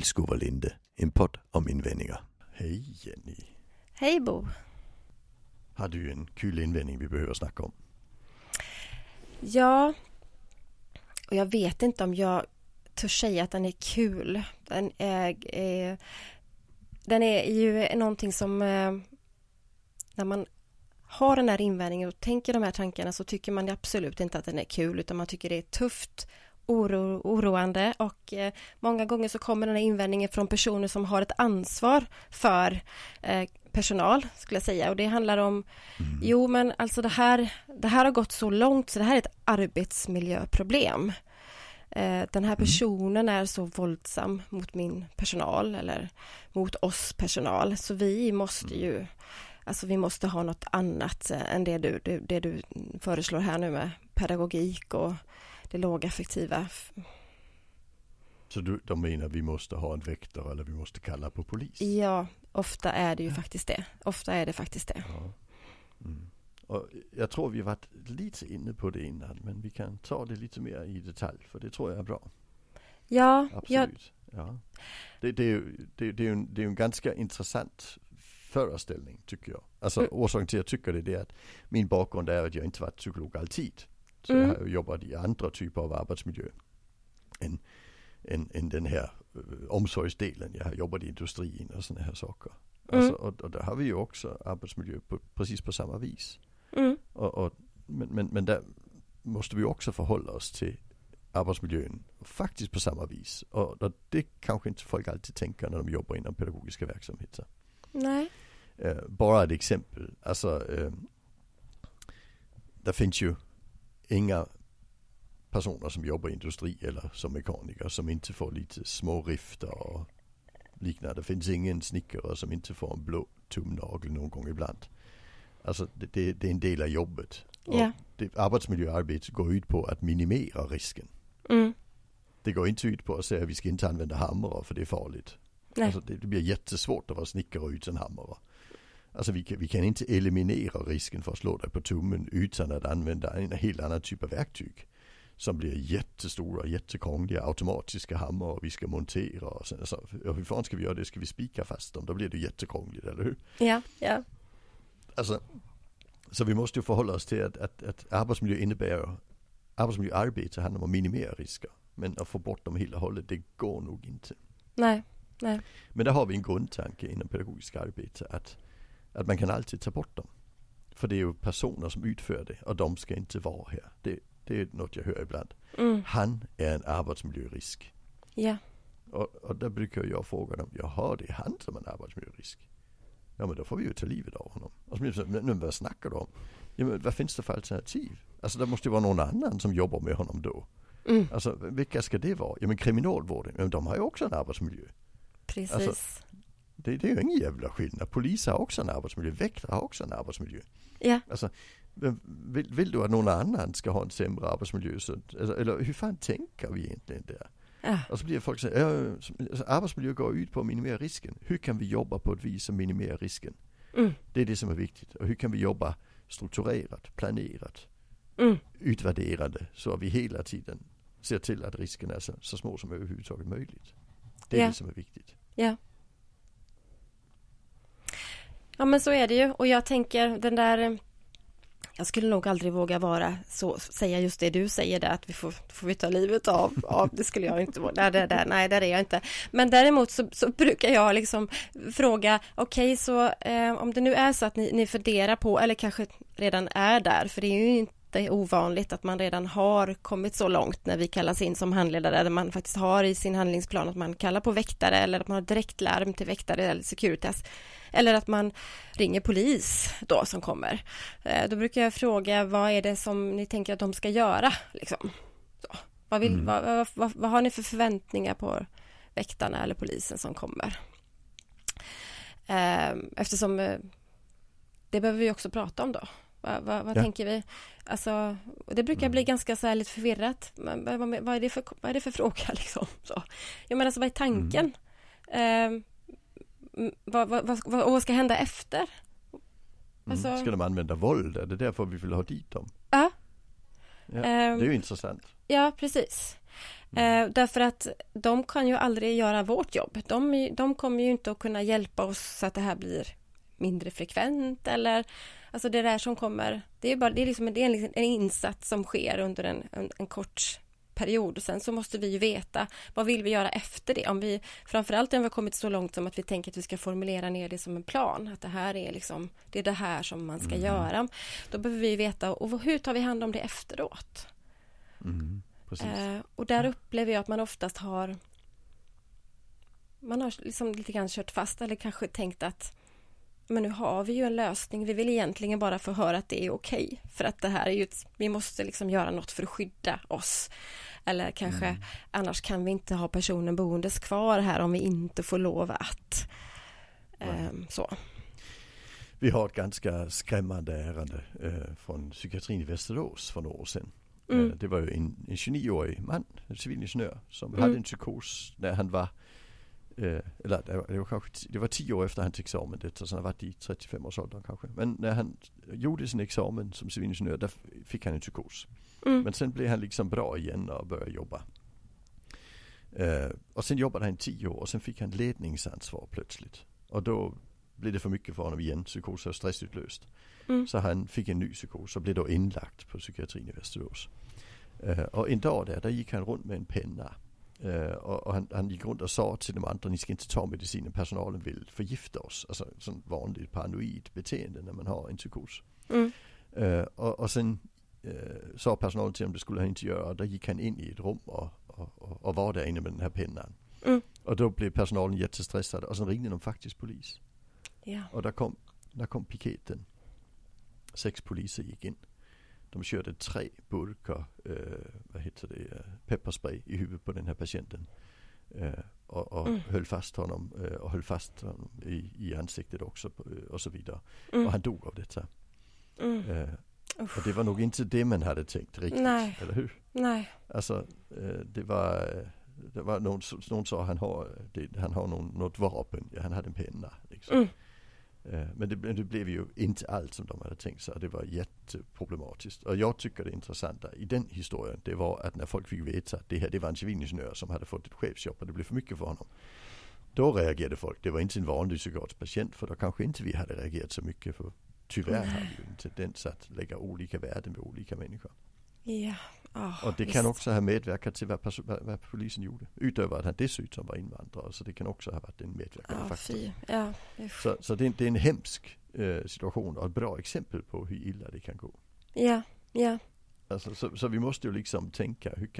Vilskovalinde, en podd om invändningar. Hej Jenny. Hej Bo. Har du en kul invändning vi behöver snacka om? Ja, och jag vet inte om jag törs säga att den är kul. Den är ju någonting som när man har den här invändningen och tänker de här tankarna så tycker man absolut inte att den är kul, utan man tycker det är tufft, oroande, och många gånger så kommer den här invändningen från personer som har ett ansvar för personal, skulle jag säga, och det handlar om jo men alltså det här har gått så långt så det här är ett arbetsmiljöproblem. Den här personen är så våldsam mot min personal eller mot oss personal, så vi måste ha något annat än det du föreslår här nu med pedagogik och det lågaffektiva. Så de menar vi måste ha en väktare eller vi måste kalla på polis? Ja, ofta är det ju faktiskt det. Ja. Mm. Och jag tror vi har varit lite inne på det innan, men vi kan ta det lite mer i detalj, för det tror jag är bra. Ja, absolut. Ja. Det är ju en ganska intressant föreställning, tycker jag. Alltså orsaken till att jag tycker det är att min bakgrund är att jag inte varit psykolog alltid. Så jag har jobbat i andra typer av arbetsmiljö än den här omsorgsdelen. Jag har jobbat i industrin och såna här saker. Alltså, och där har vi ju också arbetsmiljö precis på samma vis. Men där måste vi också förhålla oss till arbetsmiljön faktiskt på samma vis. Och det kanske inte folk alltid tänker när de jobbar inom pedagogiska verksamheter. Nej. Bara ett exempel. Alltså, där finns ju inga personer som jobbar i industri eller som mekaniker som inte får lite små rifter och liknande. Det finns ingen snickare som inte får en blå tumnagel någon gång ibland. Alltså det är en del av jobbet. Yeah. Arbetsmiljöarbetet går ut på att minimera risken. Det går inte ut på att säga att vi ska inte använda hammare för det är farligt. Alltså det blir jättesvårt att vara snickare utan hammare. Alltså vi kan inte eliminera risken för att slå dig på tummen utan att använda en helt annan typ av verktyg som blir jättestora, jättekrångliga automatiska hammare vi ska montera och sen så hur fan ska vi göra det? Ska vi spika fast dem? Då blir det jättekrångligt, eller hur? Ja. Alltså, så vi måste ju förhålla oss till att arbetsmiljöarbete handlar om att minimera risker, men att få bort dem helt och hållet, det går nog inte. Nej. Men där har vi en grundtanke inom pedagogiska arbete att man kan alltid ta bort dem. För det är ju personer som utför det och de ska inte vara här. Det är något jag hör ibland. Han är en arbetsmiljörisk. Ja. Och där brukar jag fråga dem, jaha, det är han som är en arbetsmiljörisk. Ja, men då får vi ju ta livet av honom. Och så blir det så, men vad snackar du om? Ja, men vad finns det för alternativ? Alltså det måste ju vara någon annan som jobbar med honom då. Alltså vilka ska det vara? Ja, men kriminalvården, men de har ju också en arbetsmiljö. Precis. Alltså, det är ju ingen jävla skillnad. Poliser har också en arbetsmiljö. Väktare har också en arbetsmiljö. Ja. Alltså, vill du att någon annan ska ha en sämre arbetsmiljö? Eller hur fan tänker vi egentligen där? Ja. Och så blir folk så här, arbetsmiljö går ut på att minimera risken. Hur kan vi jobba på ett vis som minimerar risken? Det är det som är viktigt. Och hur kan vi jobba strukturerat, planerat, utvärderande, så att vi hela tiden ser till att risken är så små som överhuvudtaget möjligt. Det är det som är viktigt. Ja. Ja, men så är det ju. Och jag tänker jag skulle nog aldrig våga säga just det du säger där, att får vi ta livet av. Det skulle jag inte våga. Nej, där är jag inte. Men däremot så brukar jag liksom fråga, okej, så om det nu är så att ni funderar på, eller kanske redan är där, för det är ju inte ovanligt att man redan har kommit så långt när vi kallas in som handledare, där man faktiskt har i sin handlingsplan att man kallar på väktare, eller att man har direktlarm till väktare eller Securitas, eller att man ringer polis då som kommer. Då brukar jag fråga, vad är det som ni tänker att de ska göra? Liksom. Så. Vad har ni för förväntningar på väktarna eller polisen som kommer? Eftersom det behöver vi också prata om då. Vad tänker vi? Alltså, det brukar bli ganska så här lite förvirrat. Men vad är det för fråga liksom? Så. Jag menar, alltså, vad är tanken? Vad ska hända efter? Alltså, ska de använda våld? Är det därför vi vill ha dit dem? Ja. Det är ju intressant. Ja, precis. Därför att de kan ju aldrig göra vårt jobb. De kommer ju inte att kunna hjälpa oss så att det här blir mindre frekvent eller alltså det där som kommer, det är liksom en insats som sker under en kort period och sen så måste vi ju veta vad vill vi göra efter det. Om vi, framförallt om vi har kommit så långt som att vi tänker att vi ska formulera ner det som en plan, att det här är liksom, det är det här som man ska göra. Då behöver vi veta och hur tar vi hand om det efteråt. Precis. Och där upplever jag att man oftast har liksom lite grann kört fast eller kanske tänkt att men nu har vi ju en lösning. Vi vill egentligen bara få höra att det är okej. För att det här är ju vi måste liksom göra något för att skydda oss. Eller kanske annars kan vi inte ha personen boendes kvar här om vi inte får lov att. Så. Vi har ett ganska skrämmande ärende från psykiatrin i Västerås för några år sedan. Det var ju en 29-årig man, en civilingenjör, som hade en psykos när han var det var 10 år efter hans examen, så han har varit i 35-årsåldern kanske. Men när han gjorde sin examen som civilingenjör, där fick han en psykos. Men sen blev han liksom bra igen och började jobba. Och sen jobbade han 10 år och sen fick han ledningsansvar plötsligt. Och då blev det för mycket för honom igen, psykos och stressutlöst. Så han fick en ny psykos och blev då inlagt på psykiatrin i Västerås. Och en dag där gick han runt med en penna. Och han gick runt och sa till de andra, ni ska inte ta medicinen, personalen vill förgifta oss. Alltså sånt vanligt paranoid beteende när man har en psykos. Och sen sa personalen till honom, det skulle han inte göra. Då gick han in i ett rum och var där inne med den här pennan. Och då blev personalen jättestressad och så ringde de faktiskt polis. Och där kom piketen. 6 poliser gick in. De körde 3 burkar pepparspray i huvudet på den här patienten. Och höll fast honom och höll fast honom i ansiktet också och så vidare. Och han dog av detta. Och det var nog inte det man hade tänkt riktigt. Nej. Eller hur? Nej. Alltså det var någon sa han har något vapen. Ja, han hade en penna liksom. Men det blev ju inte allt som de hade tänkt sig. Det var jätteproblematiskt. Och jag tycker det intressanta i den historien, det var att när folk fick veta att det var en civilingenjör som hade fått ett chefsjobb och det blev för mycket för honom. Då reagerade folk. Det var inte en vanlig psykiatrisk patient, för då kanske inte vi hade reagerat så mycket, för tyvärr har vi ju en tendens att lägga olika värden med olika människor. Ja. Och det kan också ha medverkat till vad polisen gjorde. Utöver att han dessutom var invandrare. Så det kan också ha varit en medverkande faktor. Så det är en hemsk situation och ett bra exempel på hur illa det kan gå. Ja. Alltså, så vi måste ju liksom tänka, hur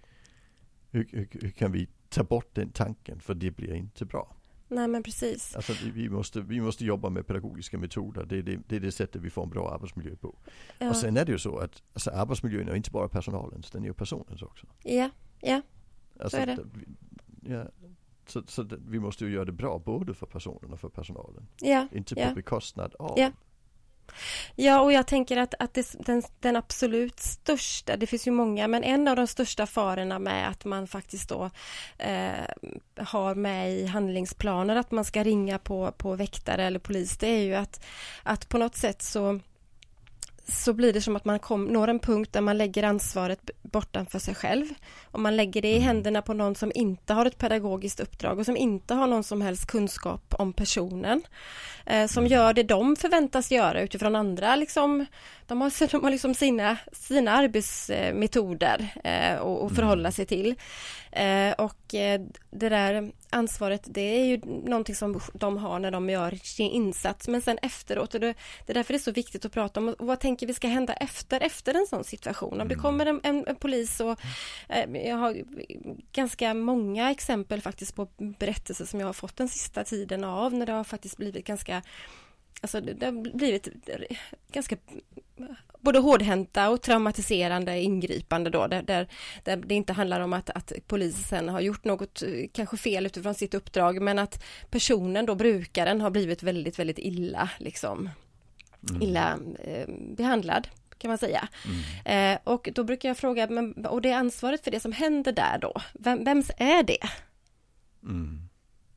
kan vi ta bort den tanken, för det blir inte bra. Nej, men precis. Alltså vi måste jobba med pedagogiska metoder. Det är det sättet vi får en bra arbetsmiljö på. Ja. Och sen är det ju så att alltså, arbetsmiljön är inte bara personalens, den är ju personens också. Ja, alltså, så är det. Så vi måste ju göra det bra både för personen och för personalen. Inte på bekostnad av. Ja, och jag tänker att den absolut största, det finns ju många, men en av de största farorna med att man faktiskt då har med i handlingsplaner att man ska ringa på väktare eller polis, det är ju att på något sätt så blir det som att man når en punkt där man lägger ansvaret bortanför sig själv. Och man lägger det i händerna på någon som inte har ett pedagogiskt uppdrag och som inte har någon som helst kunskap om personen. Som gör det de förväntas göra utifrån andra. Liksom, de har liksom sina arbetsmetoder att förhålla sig till. Och det där ansvaret, det är ju någonting som de har när de gör sin insats. Men sen efteråt, och det är därför det är så viktigt att prata om vad tänker vi ska hända efter en sån situation. Om det kommer en polis, och jag har ganska många exempel faktiskt på berättelser som jag har fått den sista tiden av när det har faktiskt blivit ganska, alltså det har blivit ganska både hårdhänta och traumatiserande ingripande då, där det inte handlar om att polisen har gjort något kanske fel utifrån sitt uppdrag, men att personen då, brukaren, har blivit väldigt, väldigt illa illa behandlad, kan man säga. Och då brukar jag fråga, och det är ansvaret för det som händer där då, vems är det?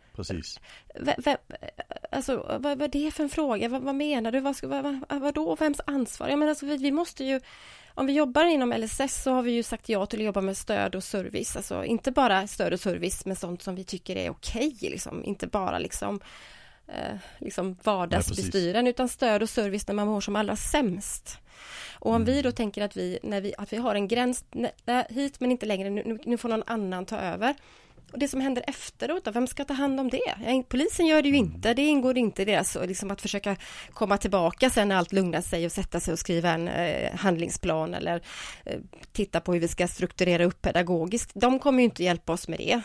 precis. Alltså, vad är det för en fråga? Vad menar du? Vadå? Vems ansvar? Jag menar, alltså, vi måste ju, om vi jobbar inom LSS så har vi ju sagt ja till att jobba med stöd och service. Alltså inte bara stöd och service med sånt som vi tycker är okej, liksom. Inte bara liksom vardagsbestyren, utan stöd och service när man mår som allra sämst. Och om vi då tänker att vi har en gräns hit men inte längre, nu får någon annan ta över. Och det som händer efteråt då, vem ska ta hand om det? Polisen gör det ju inte, det ingår inte i deras liksom att försöka komma tillbaka sen när allt lugnar sig och sätta sig och skriva en handlingsplan eller titta på hur vi ska strukturera upp pedagogiskt. De kommer ju inte hjälpa oss med det.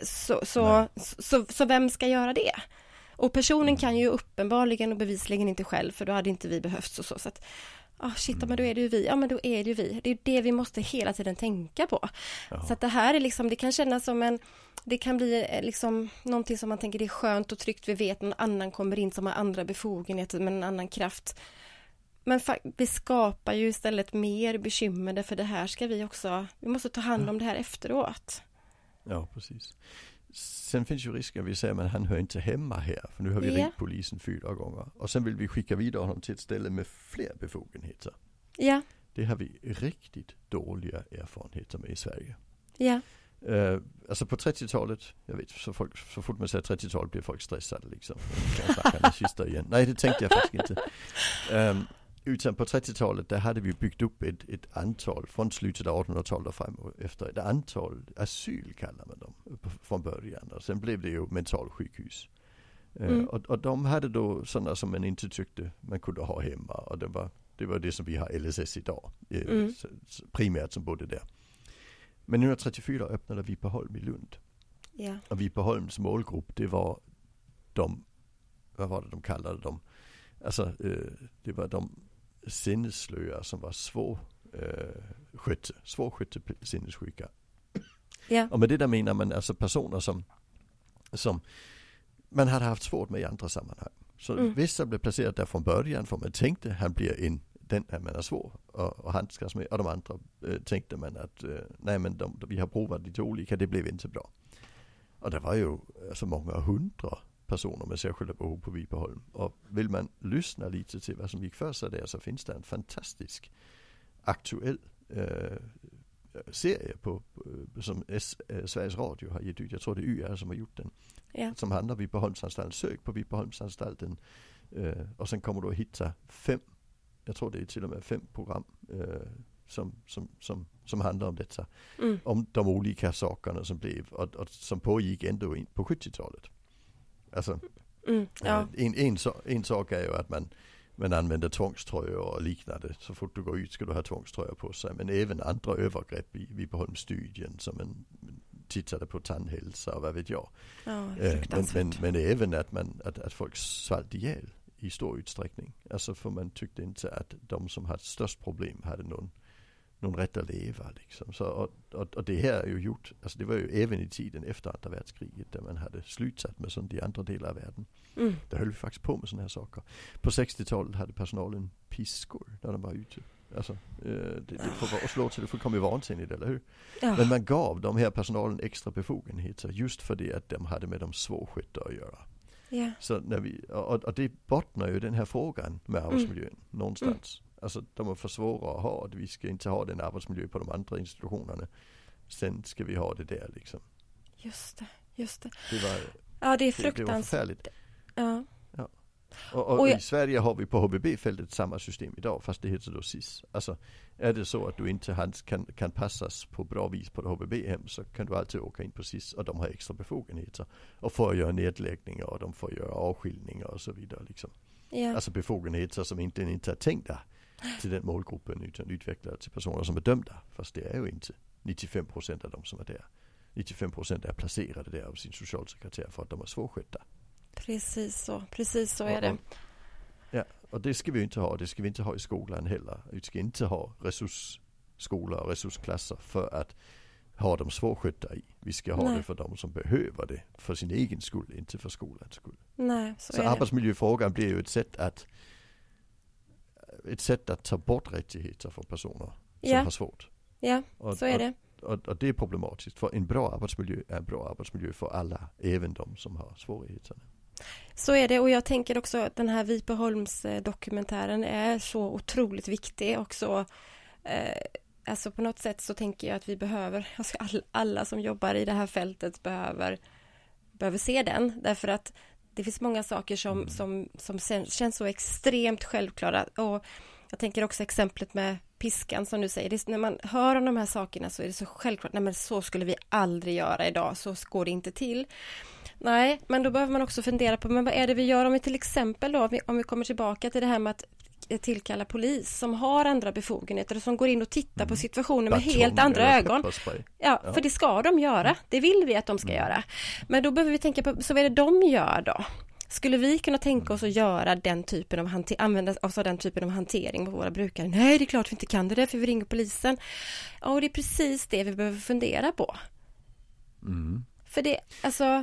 Så vem ska göra det? Och personen kan ju uppenbarligen och bevisligen inte själv, för då hade inte vi behövts och så att men då är det ju vi. Ja, men då är det ju vi. Det är det vi måste hela tiden tänka på. Ja. Så att det här är liksom, det kan kännas som det kan bli liksom någonting som man tänker det är skönt och tryggt. Vi vet någon annan kommer in som har andra befogenheter med en annan kraft. Men vi skapar ju istället mer bekymmer, för det här ska vi måste ta hand om det här efteråt. Ja, precis. Sen finns ju risken att vi säger att han hör inte hemma här. För nu har vi ringt polisen 4 gånger. Och sen vill vi skicka vidare honom till ett ställe med fler befogenheter. Ja. Det har vi riktigt dåliga erfarenheter med i Sverige. Ja. Alltså på 30-talet, jag vet, så fort man säger 30-talet blir folk stressade liksom. Kan jag snacka nazister igen? Nej, det tänkte jag faktiskt inte. Utan på 30-talet där hade vi byggt upp ett antal från slutet av 1800-talet och fram efter ett antal asyl kallar man dem från början, och sen blev det ju mentalsjukhus. Och de hade då sådana som man inte tyckte man kunde ha hemma, och det var det som vi har LSS idag, primärt som bodde där. Men 1934 öppnade Vipeholm i Lund. Yeah. Och Vipeholms målgrupp, det var vad var det de kallade dem? Alltså det var de sinnesslöa som var svårskötte sinnessjuka. Yeah. Och med det där menar man alltså personer som man hade haft svårt med i andra sammanhang. Så vissa blev placerade där från början, för man tänkte han blir den man är svår och handskas med, och de andra tänkte man att nej, men vi har provat lite olika, det blev inte bra. Och det var ju alltså många 100 personer med särskilda behov på Vipeholm. Och vill man lyssna lite till vad som gick för sig där, så finns det en fantastisk aktuell serie som Sveriges Radio har gett ut. Jag tror det är YR som har gjort den. Ja. Som handlar om Vipeholmsanstalten. Sök på Vipeholmsanstalten. Och sen kommer du att hitta 5, jag tror det är till och med 5 program som handlar om detta. Om de olika sakerna som blev och som pågick ändå in på 70-talet. Alltså, en sak är ju att man använder tvångströjor och liknande. Så fort du går ut ska du ha tvångströjor på sig. Men även andra övergrepp i Vipeholmsstudien, som man tittade på tandhälsa och vad vet jag. Ja, men även att folk svalt ihjäl i stor utsträckning. Alltså, för man tyckte inte att de som hade störst problem hade någon rätt att leva liksom. Så, och det här är ju gjort, alltså det var ju även i tiden efter andra världskriget, där man hade slutat med sånt i andra delar av världen. Där höll vi faktiskt på med såna här saker. På 60-talet hade personalen piskor när de var ute. Alltså, det får vara slå till det fullkomligt vansinnigt, eller hur? Ja. Men man gav de här personalen extra befogenheter just för det att de hade med de svårskötta att göra. Yeah. Så när och det bottnar ju den här frågan med arbetsmiljön någonstans. Alltså de är för svåra att ha. Vi ska inte ha den arbetsmiljö på de andra institutionerna. Sen ska vi ha det där liksom. Just det. Det är fruktansvärt. Det var förfärligt. Ja. Och i Sverige har vi på HVB-fältet samma system idag, fast det heter då SIS. Alltså är det så att du inte kan passas på bra vis på det HVB-hem, så kan du alltid åka in på SIS, och de har extra befogenheter. Och får göra nedläggningar, och de får göra avskiljningar och så vidare liksom. Yeah. Alltså befogenheter som inte är tänkta till den målgruppen, utan utvecklade till personer som är dömda. Fast det är ju inte 95% av de som är där. 95% är placerade där av sin socialsekreterare för att de är svårskötta. Precis så är det. Ja, och det ska vi inte ha. Det ska vi inte ha i skolan heller. Vi ska inte ha resursskolor och resursklasser för att ha dem svårskötta i. Vi ska ha det för de som behöver det, för sin egen skull, inte för skolans skull. Nej, så är arbetsmiljöfrågan blir ju ett sätt att ta bort rättigheter för personer som har svårt. Ja, så är det. och det är problematiskt. För en bra arbetsmiljö är en bra arbetsmiljö för alla, även de som har svårigheter. Så är det, och jag tänker också att den här Vipeholms-dokumentären är så otroligt viktig också. Alltså på något sätt så tänker jag att vi behöver, alltså alla som jobbar i det här fältet behöver se den. Därför att det finns många saker som känns så extremt självklara. Och jag tänker också exemplet med piskan som du säger. När man hör om de här sakerna så är det så självklart. Nej, men så skulle vi aldrig göra idag. Så går det inte till. Nej, men då behöver man också fundera på men vad är det vi gör om vi till exempel då, om vi kommer tillbaka till det här med att tillkalla polis som har andra befogenheter och som går in och tittar på situationen med helt andra ögon. Ja, för det ska de göra. Det vill vi att de ska göra. Men då behöver vi tänka på, så vad är det de gör då? Skulle vi kunna tänka oss att göra den typen av använda oss av den typen av hantering på våra brukare? Nej, det är klart vi inte kan det, därför vi ringer polisen. Ja, och det är precis det vi behöver fundera på. För det, alltså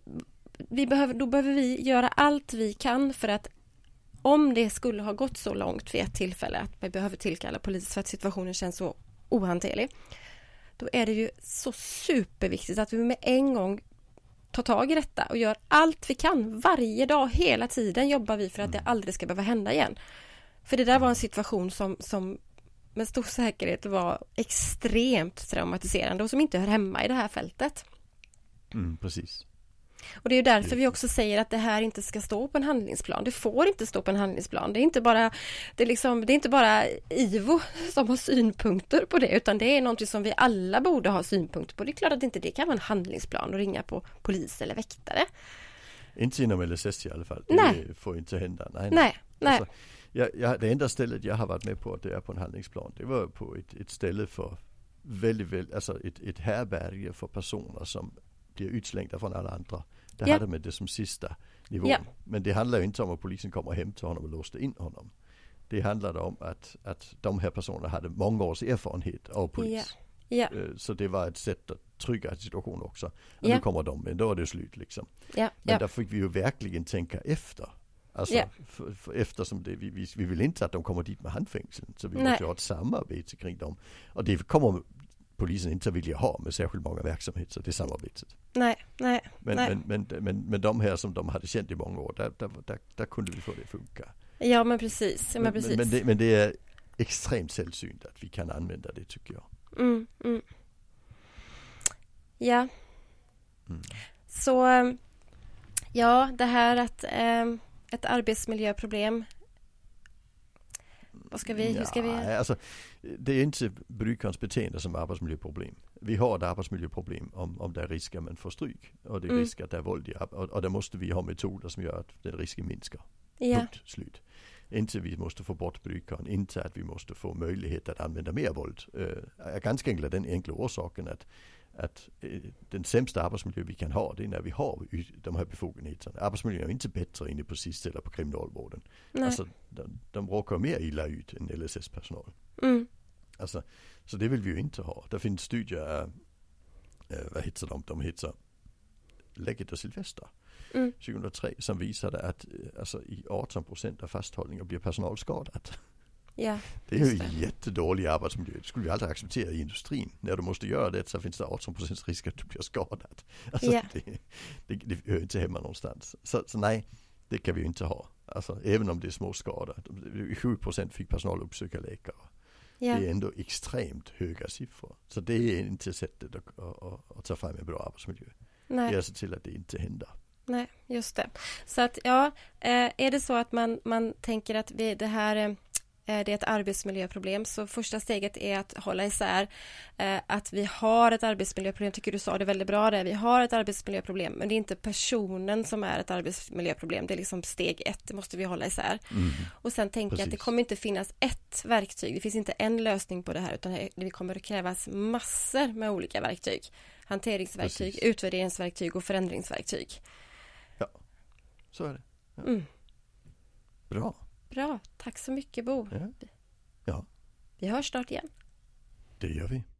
då behöver vi göra allt vi kan för att om det skulle ha gått så långt vid ett tillfälle att vi behöver tillkalla polis för att situationen känns så ohanterlig, då är det ju så superviktigt att vi med en gång tar tag i detta och gör allt vi kan. Varje dag, hela tiden jobbar vi för att det aldrig ska behöva hända igen. För det där var en situation som med stor säkerhet var extremt traumatiserande och som inte hör hemma i det här fältet. Precis. Och det är ju därför vi också säger att det här inte ska stå på en handlingsplan. Det får inte stå på en handlingsplan. Det är inte bara IVO som har synpunkter på det, utan det är något som vi alla borde ha synpunkter på. Det är klart att inte det kan vara en handlingsplan och ringa på polis eller väktare. Inte inom LSS i alla fall. Det får inte hända. Nej. Alltså, det enda stället jag har varit med på att det är på en handlingsplan, det var på ett ställe för väldigt, alltså ett härberge för personer som blir utslängda från alla andra. Det hade med det som sista nivå. Men det handlar ju inte om att polisen kommer hem till honom och låste in honom. Det handlade om att de här personerna hade många års erfarenhet av polis. Så det var ett sätt att trygga situationen också. Och nu kommer de, men då är det slut liksom. Men där fick vi ju verkligen tänka efter. Alltså, eftersom vi vill inte att de kommer dit med handfängseln. Så vi måste ha ett samarbete kring dem. Och det kommer polisen inte vilja ha med särskilt många verksamheter, det samarbetet. Men de här som de hade känt i många år, där kunde vi få det att funka. Ja, men precis. Men det är extremt sällsynt att vi kan använda det, tycker jag. Ja. Så det här att ett arbetsmiljöproblem. Hur ska vi? Alltså, det är inte brukarens beteende som är arbetsmiljöproblem. Vi har ett arbetsmiljöproblem om det är risker man får stryk. Och det är risker att det är våld. Och där måste vi ha metoder som gör att den risken minskar. Punkt, slut. Inte vi måste få bort brukaren. Inte att vi måste få möjlighet att använda mer våld. Ganska enkelt den enkla orsaken att den sämsta arbetsmiljö vi kan ha, det är när vi har de här befogenheterna. Arbetsmiljön är inte bättre inne på SIS eller på kriminalvården. Alltså, de råkar mer illa ut än LSS-personal. Alltså, så det vill vi ju inte ha. Det finns studier, vad heter de heter Läget och Sylvester 2003, som visade att alltså, i 18% av fasthållningar blir personal skadat. Det är ju en jättedålig arbetsmiljö. Det skulle vi aldrig acceptera i industrin. När du måste göra det så finns det 18% risk att du blir skadad. Alltså, det hör inte hemma någonstans. Så nej, det kan vi ju inte ha. Alltså, även om det är små skador. 7% fick personal uppsöka läkare. Det är ändå extremt höga siffror. Så det är inte sättet att ta fram en bra arbetsmiljö. Det är alltså till att det inte händer. Nej, just det. Så att är det så att man tänker att det här det är ett arbetsmiljöproblem, så första steget är att hålla isär att vi har ett arbetsmiljöproblem. Tycker du sa det väldigt bra där. Vi har ett arbetsmiljöproblem, men det är inte personen som är ett arbetsmiljöproblem. Det är liksom steg 1, det måste vi hålla isär. Och sen tänka att det kommer inte finnas ett verktyg. Det finns inte en lösning på det här, utan det kommer att krävas massor med olika verktyg. Hanteringsverktyg, utvärderingsverktyg och förändringsverktyg. Ja, så är det. Bra. Bra, tack så mycket Bo. Ja. Vi hörs snart igen. Det gör vi.